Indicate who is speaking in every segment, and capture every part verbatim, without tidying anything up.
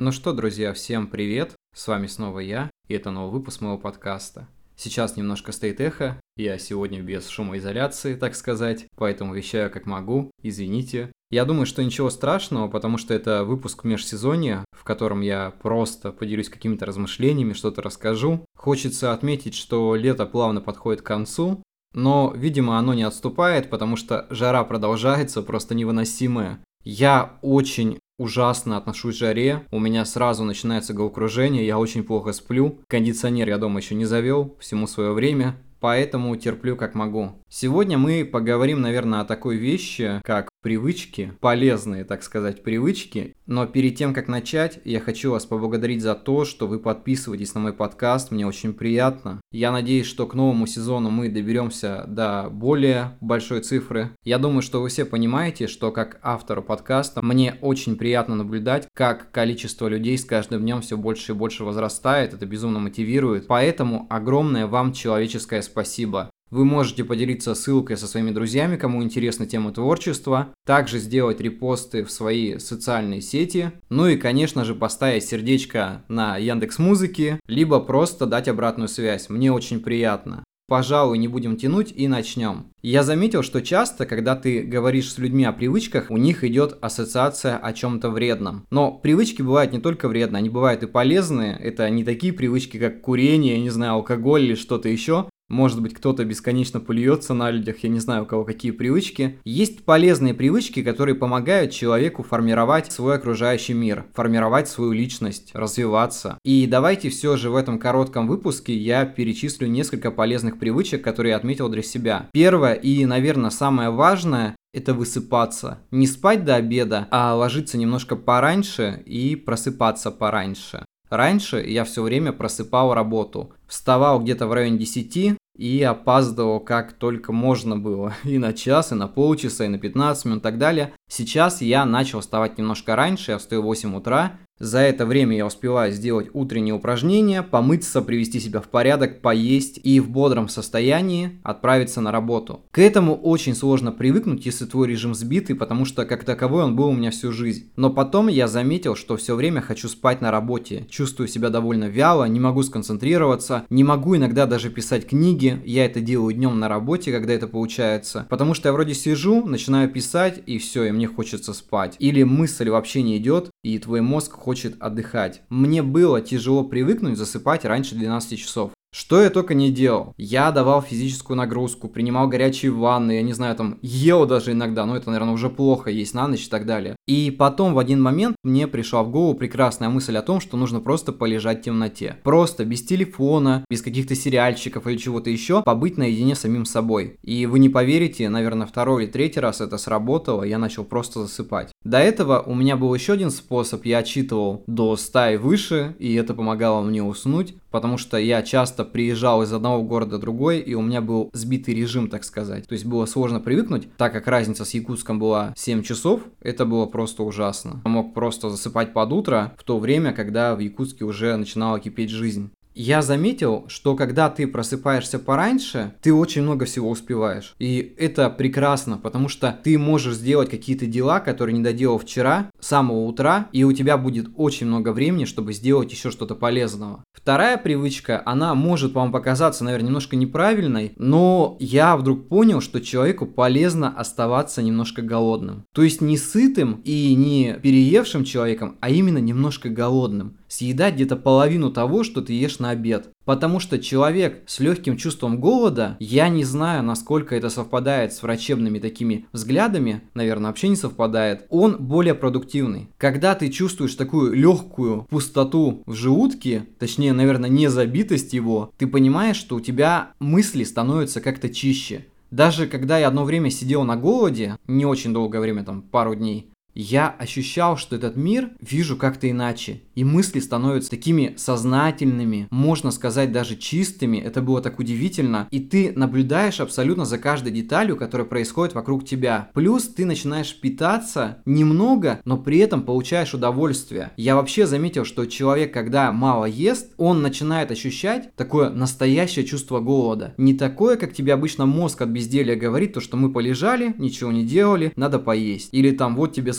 Speaker 1: Ну что, друзья, всем привет! С вами снова я, и это новый выпуск моего подкаста. Сейчас немножко стоит эхо, я сегодня без шумоизоляции, так сказать, поэтому вещаю как могу, извините. Я думаю, что ничего страшного, потому что это выпуск межсезонья, в котором я просто поделюсь какими-то размышлениями, что-то расскажу. Хочется отметить, что лето плавно подходит к концу, но, видимо, оно не отступает, потому что жара продолжается, просто невыносимая. Я очень ужасно отношусь к жаре, у меня сразу начинается головокружение, я очень плохо сплю, кондиционер я дома еще не завел, всему свое время, поэтому терплю как могу. Сегодня мы поговорим, наверное, о такой вещи, как привычки, полезные, так сказать, привычки. Но перед тем, как начать, я хочу вас поблагодарить за то, что вы подписываетесь на мой подкаст, мне очень приятно. Я надеюсь, что к новому сезону мы доберемся до более большой цифры. Я думаю, что вы все понимаете, что как автору подкаста мне очень приятно наблюдать, как количество людей с каждым днем все больше и больше возрастает, это безумно мотивирует. Поэтому огромное вам человеческое спасибо. Вы можете поделиться ссылкой со своими друзьями, кому интересна тема творчества, также сделать репосты в свои социальные сети, ну и, конечно же, поставить сердечко на Яндекс.Музыке, либо просто дать обратную связь. Мне очень приятно. Пожалуй, не будем тянуть и начнем. Я заметил, что часто, когда ты говоришь с людьми о привычках, у них идет ассоциация о чем-то вредном. Но привычки бывают не только вредные, они бывают и полезные. Это не такие привычки, как курение, я не знаю, алкоголь или что-то еще. Может быть, кто-то бесконечно плюется на людях, я не знаю, у кого какие привычки. Есть полезные привычки, которые помогают человеку формировать свой окружающий мир, формировать свою личность, развиваться. И давайте все же в этом коротком выпуске я перечислю несколько полезных привычек, которые я отметил для себя. Первое и, наверное, самое важное – это высыпаться. Не спать до обеда, а ложиться немножко пораньше и просыпаться пораньше. Раньше я все время просыпал работу. Вставал где-то в районе десяти и опаздывал как только можно было. И на час, и на полчаса, и на пятнадцать минут и так далее. Сейчас я начал вставать немножко раньше, я встаю в восемь утра. За это время я успеваю сделать утренние упражнения, помыться, привести себя в порядок, поесть и в бодром состоянии отправиться на работу. К этому очень сложно привыкнуть, если твой режим сбитый, потому что как таковой он был у меня всю жизнь. Но потом я заметил, что все время хочу спать на работе, чувствую себя довольно вяло, не могу сконцентрироваться, не могу иногда даже писать книги, я это делаю днем на работе, когда это получается, потому что я вроде сижу, начинаю писать и все, и мне хочется спать. Или мысль вообще не идет, и твой мозг хочет хочет отдыхать. Мне было тяжело привыкнуть засыпать раньше двенадцати часов. Что я только не делал. Я давал физическую нагрузку, принимал горячие ванны, я не знаю, там, ел даже иногда, но это, наверное, уже плохо есть на ночь и так далее. И потом в один момент мне пришла в голову прекрасная мысль о том, что нужно просто полежать в темноте. Просто без телефона, без каких-то сериальчиков или чего-то еще, побыть наедине с самим собой. И вы не поверите, наверное, второй или третий раз это сработало, я начал просто засыпать. До этого у меня был еще один способ, я отчитывал до ста и выше, и это помогало мне уснуть, потому что я часто приезжал из одного города в другой, и у меня был сбитый режим, так сказать. То есть было сложно привыкнуть, так как разница с Якутском была семь часов, это было просто ужасно. Я мог просто засыпать под утро в то время, когда в Якутске уже начинала кипеть жизнь. Я заметил, что когда ты просыпаешься пораньше, ты очень много всего успеваешь. И это прекрасно, потому что ты можешь сделать какие-то дела, которые не доделал вчера, с самого утра, и у тебя будет очень много времени, чтобы сделать еще что-то полезного. Вторая привычка, она может вам показаться, наверное, немножко неправильной, но я вдруг понял, что человеку полезно оставаться немножко голодным. То есть не сытым и не переевшим человеком, а именно немножко голодным. Съедать где-то половину того, что ты ешь на обед. Потому что человек с легким чувством голода, я не знаю, насколько это совпадает с врачебными такими взглядами, наверное, вообще не совпадает, он более продуктивный. Когда ты чувствуешь такую легкую пустоту в желудке, точнее, наверное, незабитость его, ты понимаешь, что у тебя мысли становятся как-то чище. Даже когда я одно время сидел на голоде, не очень долгое время, там пару дней, я ощущал, что этот мир вижу как-то иначе. И мысли становятся такими сознательными, можно сказать, даже чистыми. Это было так удивительно. И ты наблюдаешь абсолютно за каждой деталью, которая происходит вокруг тебя. Плюс ты начинаешь питаться немного, но при этом получаешь удовольствие. Я вообще заметил, что человек, когда мало ест, он начинает ощущать такое настоящее чувство голода. Не такое, как тебе обычно мозг от безделья говорит, то что мы полежали, ничего не делали, надо поесть. Или там вот тебе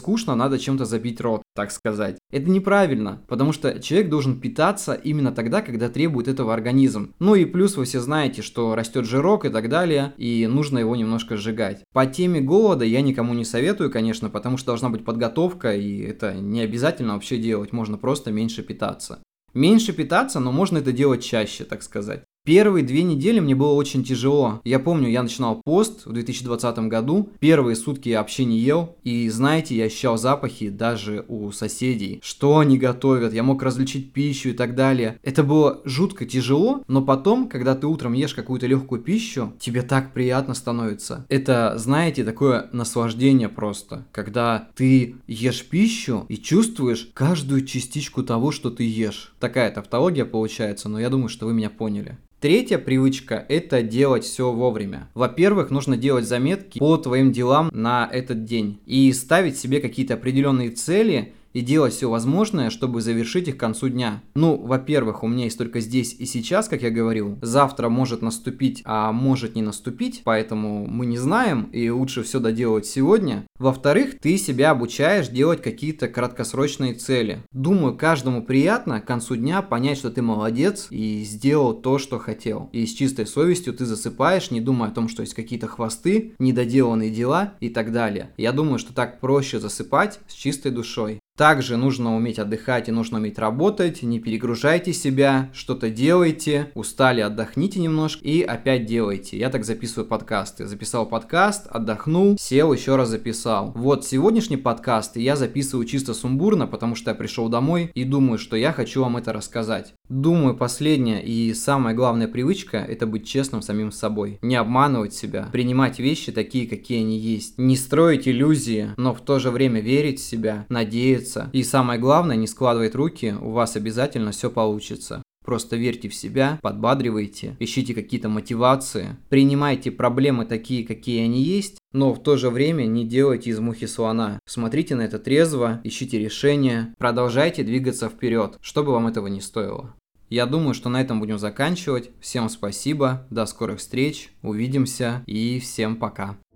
Speaker 1: скучно, надо чем-то забить рот, так сказать. Это неправильно, потому что человек должен питаться именно тогда, когда требует этого организм. Ну и плюс вы все знаете, что растет жирок и так далее, и нужно его немножко сжигать. По теме голода я никому не советую, конечно, потому что должна быть подготовка, и это не обязательно вообще делать, можно просто меньше питаться. Меньше питаться, но можно это делать чаще, так сказать. Первые две недели мне было очень тяжело. Я помню, я начинал пост в две тысячи двадцатом году. Первые сутки я вообще не ел. И знаете, я ощущал запахи даже у соседей. Что они готовят, я мог различить пищу и так далее. Это было жутко тяжело, но потом, когда ты утром ешь какую-то легкую пищу, тебе так приятно становится. Это, знаете, такое наслаждение просто. Когда ты ешь пищу и чувствуешь каждую частичку того, что ты ешь. Такая тавтология получается, но я думаю, что вы меня поняли. Третья привычка – это делать все вовремя. Во-первых, нужно делать заметки по твоим делам на этот день и ставить себе какие-то определенные цели и делать все возможное, чтобы завершить их к концу дня. Ну, во-первых, у меня есть только здесь и сейчас, как я говорил. Завтра может наступить, а может не наступить, поэтому мы не знаем, и лучше все доделать сегодня. Во-вторых, ты себя обучаешь делать какие-то краткосрочные цели. Думаю, каждому приятно к концу дня понять, что ты молодец и сделал то, что хотел. И с чистой совестью ты засыпаешь, не думая о том, что есть какие-то хвосты, недоделанные дела и так далее. Я думаю, что так проще засыпать с чистой душой. Также нужно уметь отдыхать и нужно уметь работать, не перегружайте себя, что-то делайте, устали, отдохните немножко и опять делайте. Я так записываю подкасты. Записал подкаст, отдохнул, сел, еще раз записал. Вот сегодняшний подкаст я записываю чисто сумбурно, потому что я пришел домой и думаю, что я хочу вам это рассказать. Думаю, последняя и самая главная привычка – это быть честным самим собой. Не обманывать себя, принимать вещи такие, какие они есть. Не строить иллюзии, но в то же время верить в себя, надеяться. И самое главное, не складывать руки, у вас обязательно все получится. Просто верьте в себя, подбадривайте, ищите какие-то мотивации, принимайте проблемы такие, какие они есть, но в то же время не делайте из мухи слона. Смотрите на это трезво, ищите решения, продолжайте двигаться вперед, что бы вам этого ни стоило. Я думаю, что на этом будем заканчивать. Всем спасибо, до скорых встреч, увидимся и всем пока.